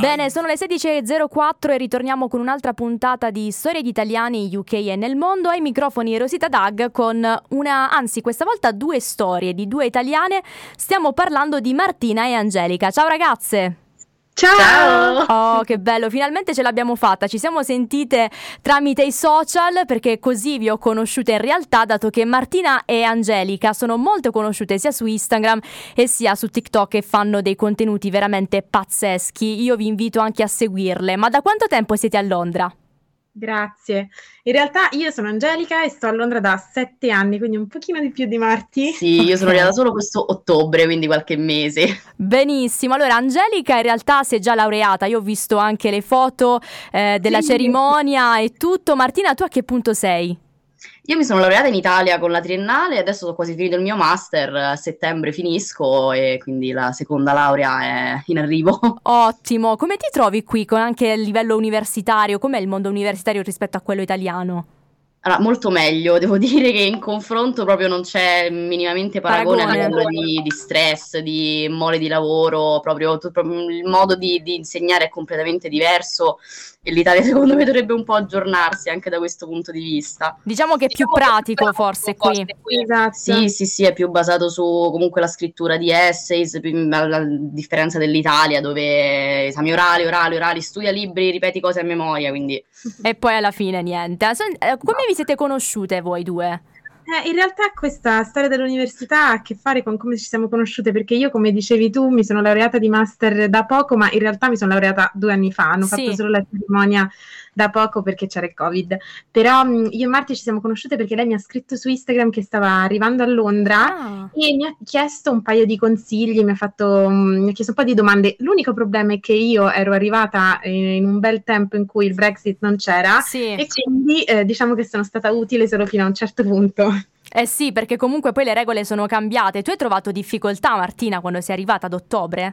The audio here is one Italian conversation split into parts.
Bene, sono le 16.04 e ritorniamo con un'altra puntata di Storie di Italiani UK e nel mondo. Ai microfoni Rosita Dag con questa volta due storie di due italiane. Stiamo parlando di Martina e Angelica. Ciao ragazze! Ciao! Oh, che bello, finalmente ce l'abbiamo fatta. Ci siamo sentite tramite i social perché così vi ho conosciute in realtà, dato che Martina e Angelica sono molto conosciute sia su Instagram e sia su TikTok e fanno dei contenuti veramente pazzeschi. Io vi invito anche a seguirle. Ma da quanto tempo siete a Londra? Grazie. In realtà io sono Angelica e sto a Londra da 7 anni, quindi un pochino di più di Marti. Sì, io sono arrivata solo questo ottobre, quindi qualche mese. Benissimo, allora Angelica in realtà si è già laureata, io ho visto anche le foto della cerimonia e tutto. Martina, tu a che punto sei? Io mi sono laureata in Italia con la triennale, adesso ho quasi finito il mio master, a settembre finisco e quindi la seconda laurea è in arrivo. Ottimo, come ti trovi qui con anche il livello universitario? Com'è il mondo universitario rispetto a quello italiano? Allora, molto meglio, devo dire che in confronto proprio non c'è minimamente paragone a livello di stress, di mole di lavoro, proprio il modo di insegnare è completamente diverso e l'Italia secondo me dovrebbe un po' aggiornarsi anche da questo punto di vista. Diciamo che è più pratico forse qui. Esatto. Sì, è più basato su comunque la scrittura di essays, a differenza dell'Italia dove esami orali, studia libri, ripeti cose a memoria, quindi... E poi alla fine niente. Come vi siete conosciute voi due? In realtà questa storia dell'università ha a che fare con come ci siamo conosciute, perché io, come dicevi tu, mi sono laureata di master da poco, ma in realtà mi sono laureata 2 anni fa, hanno fatto solo la cerimonia da poco perché c'era il Covid. Però io e Marti ci siamo conosciute perché lei mi ha scritto su Instagram che stava arrivando a Londra e mi ha chiesto un paio di consigli, mi ha chiesto un po' di domande. L'unico problema è che io ero arrivata in un bel tempo in cui il Brexit non c'era e quindi diciamo che sono stata utile solo fino a un certo punto. Eh sì, perché comunque poi le regole sono cambiate. Tu hai trovato difficoltà, Martina, quando sei arrivata ad ottobre?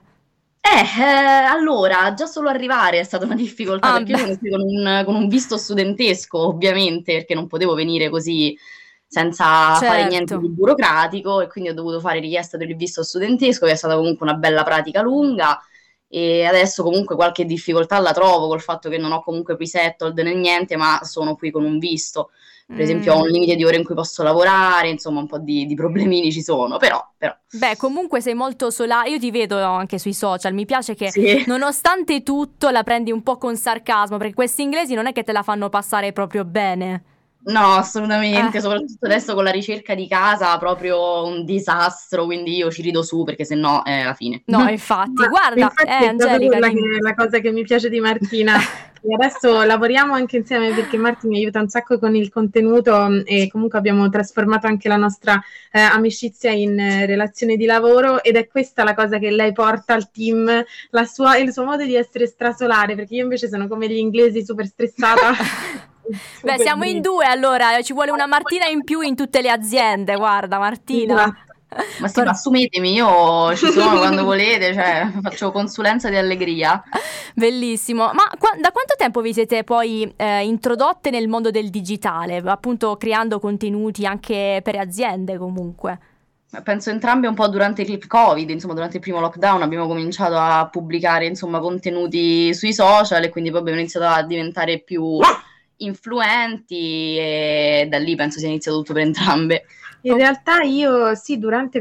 Allora, già solo arrivare è stata una difficoltà, perché io sono qui con un visto studentesco, ovviamente, perché non potevo venire così senza fare niente di burocratico e quindi ho dovuto fare richiesta del visto studentesco, che è stata comunque una bella pratica lunga e adesso comunque qualche difficoltà la trovo col fatto che non ho comunque pre-settled né niente, ma sono qui con un visto. Per esempio ho un limite di ore in cui posso lavorare, insomma un po' di problemini ci sono, però. Beh, comunque sei molto solare, io ti vedo anche sui social, mi piace che nonostante tutto la prendi un po' con sarcasmo, perché questi inglesi non è che te la fanno passare proprio bene. No, assolutamente, soprattutto adesso con la ricerca di casa, proprio un disastro, quindi io ci rido su perché sennò è la fine. No, infatti, guarda, Angelica, la cosa che mi piace di Martina. E adesso lavoriamo anche insieme perché Marti mi aiuta un sacco con il contenuto e comunque abbiamo trasformato anche la nostra amicizia in relazione di lavoro ed è questa la cosa che lei porta al team, il suo modo di essere strasolare, perché io invece sono come gli inglesi super stressata. Beh, siamo in due allora, ci vuole una Martina in più in tutte le aziende, guarda Martina. Ma sì, ma assumetemi, io ci sono quando volete, cioè faccio consulenza di allegria. Bellissimo, ma da quanto tempo vi siete poi introdotte nel mondo del digitale, appunto creando contenuti anche per aziende comunque? Penso entrambe un po' durante il Covid, insomma durante il primo lockdown abbiamo cominciato a pubblicare insomma contenuti sui social e quindi poi abbiamo iniziato a diventare più influenti e da lì penso sia iniziato tutto per entrambe. In realtà io sì, durante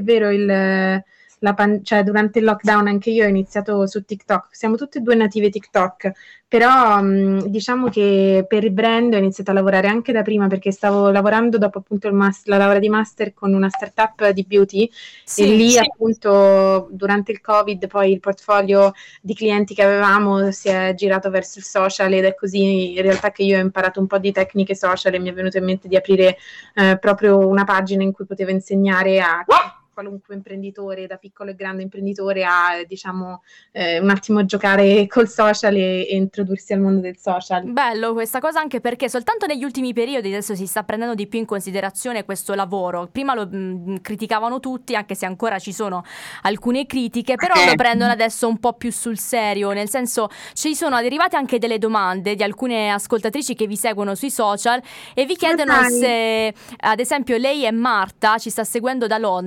durante il lockdown anche io ho iniziato su TikTok, siamo tutte e due native TikTok, però diciamo che per il brand ho iniziato a lavorare anche da prima perché stavo lavorando dopo appunto la laurea di master con una startup di beauty e lì appunto durante il Covid poi il portfolio di clienti che avevamo si è girato verso il social ed è così in realtà che io ho imparato un po' di tecniche social e mi è venuto in mente di aprire proprio una pagina in cui potevo insegnare a qualunque imprenditore, da piccolo e grande imprenditore, a diciamo un attimo giocare col social e introdursi al mondo del social. Bello questa cosa, anche perché soltanto negli ultimi periodi adesso si sta prendendo di più in considerazione questo lavoro. Prima lo criticavano tutti, anche se ancora ci sono alcune critiche, però lo prendono adesso un po' più sul serio, nel senso ci sono arrivate anche delle domande di alcune ascoltatrici che vi seguono sui social e vi chiedono se ad esempio lei e Marta ci sta seguendo da Londra,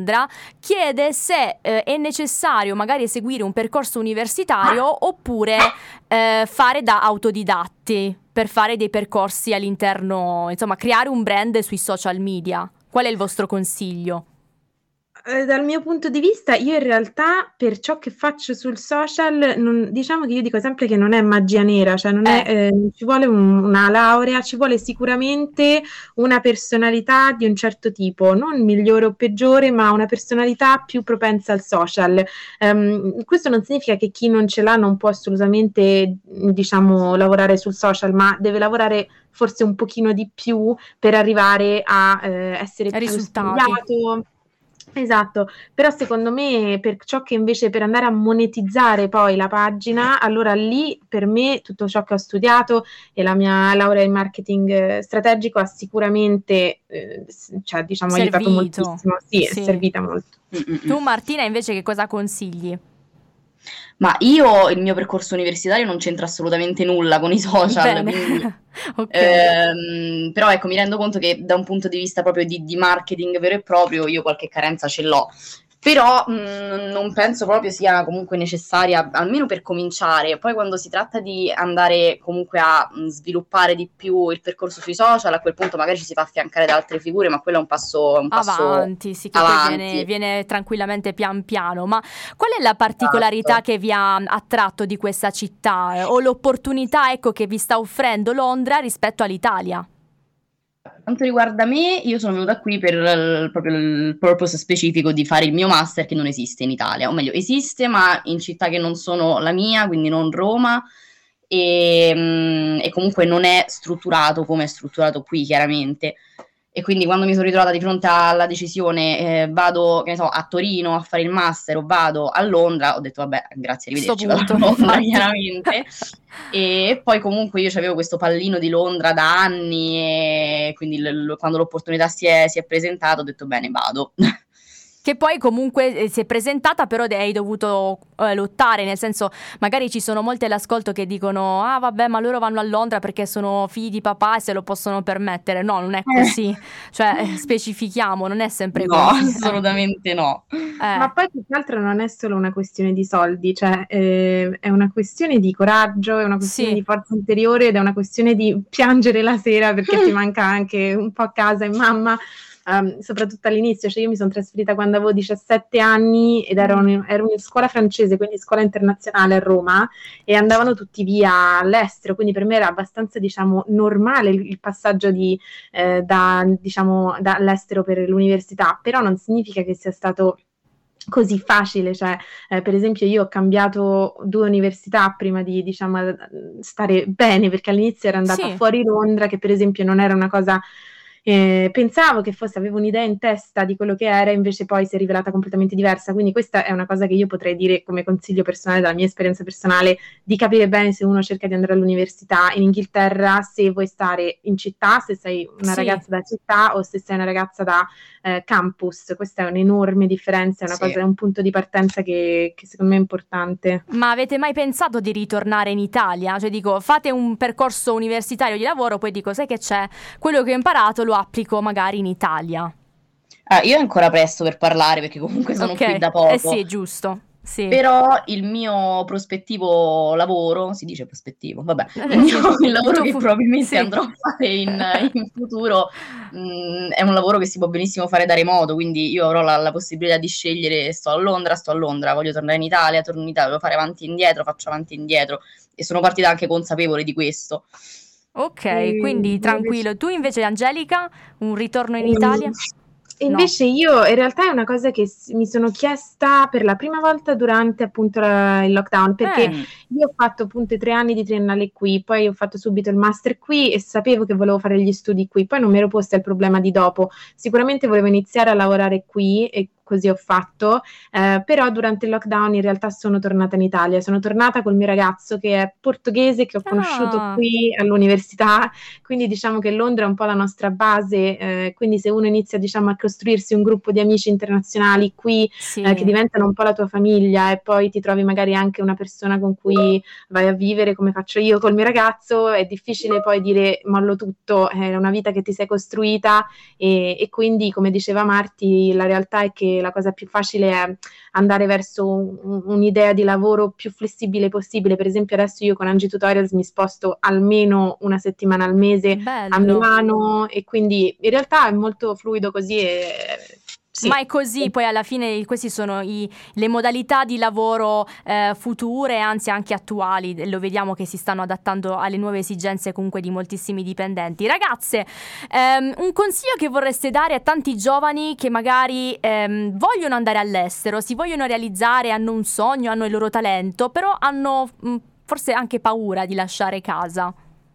chiede se è necessario magari seguire un percorso universitario oppure fare da autodidatti per fare dei percorsi all'interno, insomma, creare un brand sui social media. Qual è il vostro consiglio? Dal mio punto di vista, io in realtà per ciò che faccio sul social, diciamo che io dico sempre che non è magia nera, cioè non ci vuole una laurea, ci vuole sicuramente una personalità di un certo tipo, non migliore o peggiore, ma una personalità più propensa al social. Questo non significa che chi non ce l'ha non può assolutamente, diciamo, lavorare sul social, ma deve lavorare forse un pochino di più per arrivare a essere più studiato. Esatto, però secondo me per ciò che invece per andare a monetizzare poi la pagina, allora lì per me tutto ciò che ho studiato e la mia laurea in marketing strategico ha sicuramente cioè, diciamo, aiutato moltissimo. Sì, è servita molto. Tu Martina invece che cosa consigli? Ma io, il mio percorso universitario non c'entra assolutamente nulla con i social, quindi, però ecco, mi rendo conto che da un punto di vista proprio di marketing vero e proprio io qualche carenza ce l'ho, però non penso proprio sia comunque necessaria, almeno per cominciare. Poi quando si tratta di andare comunque a sviluppare di più il percorso sui social, a quel punto magari ci si fa affiancare da altre figure, ma quello è un passo avanti, sì, che poi viene tranquillamente pian piano. Ma qual è la particolarità che vi ha attratto di questa città o l'opportunità, ecco, che vi sta offrendo Londra rispetto all'Italia? Per quanto riguarda me, io sono venuta qui per proprio il purpose specifico di fare il mio master che non esiste in Italia, o meglio esiste ma in città che non sono la mia, quindi non Roma, e comunque non è strutturato come è strutturato qui chiaramente. E quindi quando mi sono ritrovata di fronte alla decisione vado, che ne so, a Torino a fare il master o vado a Londra, ho detto vabbè, grazie, arrivederci, vado a Londra chiaramente. E poi comunque io avevo questo pallino di Londra da anni e quindi quando l'opportunità si è presentata ho detto bene, vado. Che poi comunque si è presentata, però hai dovuto lottare, nel senso magari ci sono molti all'ascolto che dicono ah vabbè, ma loro vanno a Londra perché sono figli di papà e se lo possono permettere. No, non è così, cioè specifichiamo, non è sempre così. No, assolutamente no. Ma poi più che altro non è solo una questione di soldi, cioè è una questione di coraggio, è una questione di forza interiore ed è una questione di piangere la sera perché ti manca anche un po' a casa e mamma. Soprattutto all'inizio, cioè io mi sono trasferita quando avevo 17 anni ed ero in scuola francese, quindi scuola internazionale a Roma, e andavano tutti via all'estero, quindi per me era abbastanza, diciamo, normale il passaggio dall'estero per l'università, però non significa che sia stato così facile, cioè per esempio io ho cambiato 2 università prima di, diciamo, stare bene, perché all'inizio ero andata fuori Londra, che per esempio non era una cosa. Pensavo che avevo un'idea in testa di quello che era, invece poi si è rivelata completamente diversa, quindi questa è una cosa che io potrei dire come consiglio personale, dalla mia esperienza personale, di capire bene se uno cerca di andare all'università in Inghilterra, se vuoi stare in città, se sei una ragazza da città o se sei una ragazza da campus. Questa è un'enorme differenza, è una cosa, è un punto di partenza che secondo me è importante. Ma avete mai pensato di ritornare in Italia? Cioè dico, fate un percorso universitario di lavoro, poi dico, sai che c'è? Quello che ho imparato lo applico magari in Italia. Io è ancora presto per parlare perché comunque sono qui da poco. Sì, è giusto. Sì. Però il mio prospettivo lavoro, si dice prospettivo, vabbè, il lavoro che probabilmente andrò a fare in futuro è un lavoro che si può benissimo fare da remoto, quindi io avrò la possibilità di scegliere sto a Londra, voglio tornare in Italia, torno in Italia, voglio fare avanti e indietro, faccio avanti e indietro, e sono partita anche consapevole di questo. Ok, quindi tranquillo. Tu invece, Angelica, un ritorno in Italia? Invece io, in realtà è una cosa che mi sono chiesta per la prima volta durante appunto il lockdown, perché io ho fatto appunto 3 anni di triennale qui, poi ho fatto subito il master qui e sapevo che volevo fare gli studi qui, poi non mi ero posta il problema di dopo. Sicuramente volevo iniziare a lavorare qui e così ho fatto, però durante il lockdown in realtà sono tornata in Italia, sono tornata col mio ragazzo che è portoghese, che ho conosciuto qui all'università, quindi diciamo che Londra è un po' la nostra base, quindi se uno inizia, diciamo, a costruirsi un gruppo di amici internazionali qui che diventano un po' la tua famiglia e poi ti trovi magari anche una persona con cui vai a vivere come faccio io col mio ragazzo, è difficile poi dire mollo tutto, è una vita che ti sei costruita e quindi come diceva Marti, la realtà è che che la cosa più facile è andare verso un'idea di lavoro più flessibile possibile. Per esempio adesso io con Angie Tutorials mi sposto almeno una settimana al mese a Milano, e quindi in realtà è molto fluido così. Sì. Ma è così, poi alla fine queste sono le modalità di lavoro future, anzi anche attuali, lo vediamo che si stanno adattando alle nuove esigenze comunque di moltissimi dipendenti. Ragazze, un consiglio che vorreste dare a tanti giovani che magari vogliono andare all'estero, si vogliono realizzare, hanno un sogno, hanno il loro talento, però hanno forse anche paura di lasciare casa?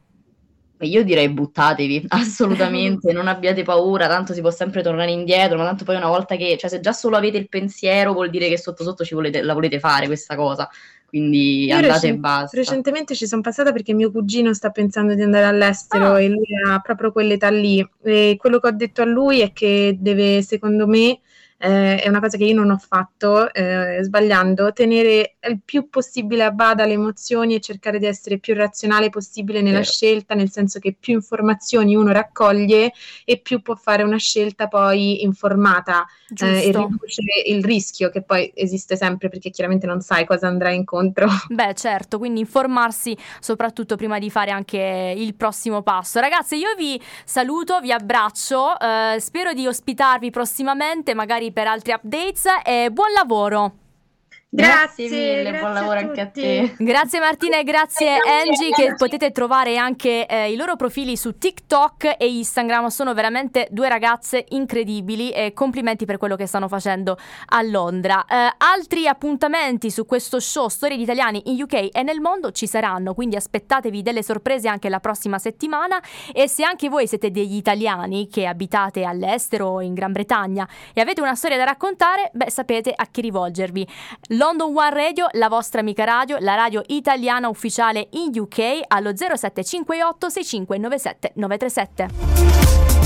Io direi buttatevi, assolutamente, non abbiate paura, tanto si può sempre tornare indietro, ma tanto poi una volta che, cioè se già solo avete il pensiero vuol dire che sotto sotto la volete fare questa cosa, quindi io andate e basta. Recentemente ci sono passata perché mio cugino sta pensando di andare all'estero e lui ha proprio quell'età lì, e quello che ho detto a lui è che deve, secondo me, è una cosa che io non ho fatto, sbagliando, tenere il più possibile a bada le emozioni e cercare di essere più razionale possibile nella scelta, nel senso che più informazioni uno raccoglie e più può fare una scelta poi informata, e riduce il rischio che poi esiste sempre, perché chiaramente non sai cosa andrà incontro. Beh, certo, quindi informarsi soprattutto prima di fare anche il prossimo passo. Ragazze, io vi saluto, vi abbraccio, spero di ospitarvi prossimamente, magari per altri updates, e buon lavoro. Grazie mille, buon lavoro anche a te. Grazie Martina e grazie Angie, che potete trovare anche i loro profili su TikTok e Instagram. Sono veramente due ragazze incredibili e complimenti per quello che stanno facendo a Londra. Altri appuntamenti su questo show Storie di Italiani in UK e nel mondo ci saranno, quindi aspettatevi delle sorprese anche la prossima settimana. E se anche voi siete degli italiani che abitate all'estero o in Gran Bretagna e avete una storia da raccontare, beh, sapete a chi rivolgervi. London One Radio, la vostra amica radio, la radio italiana ufficiale in UK, allo 0758 65 97 937.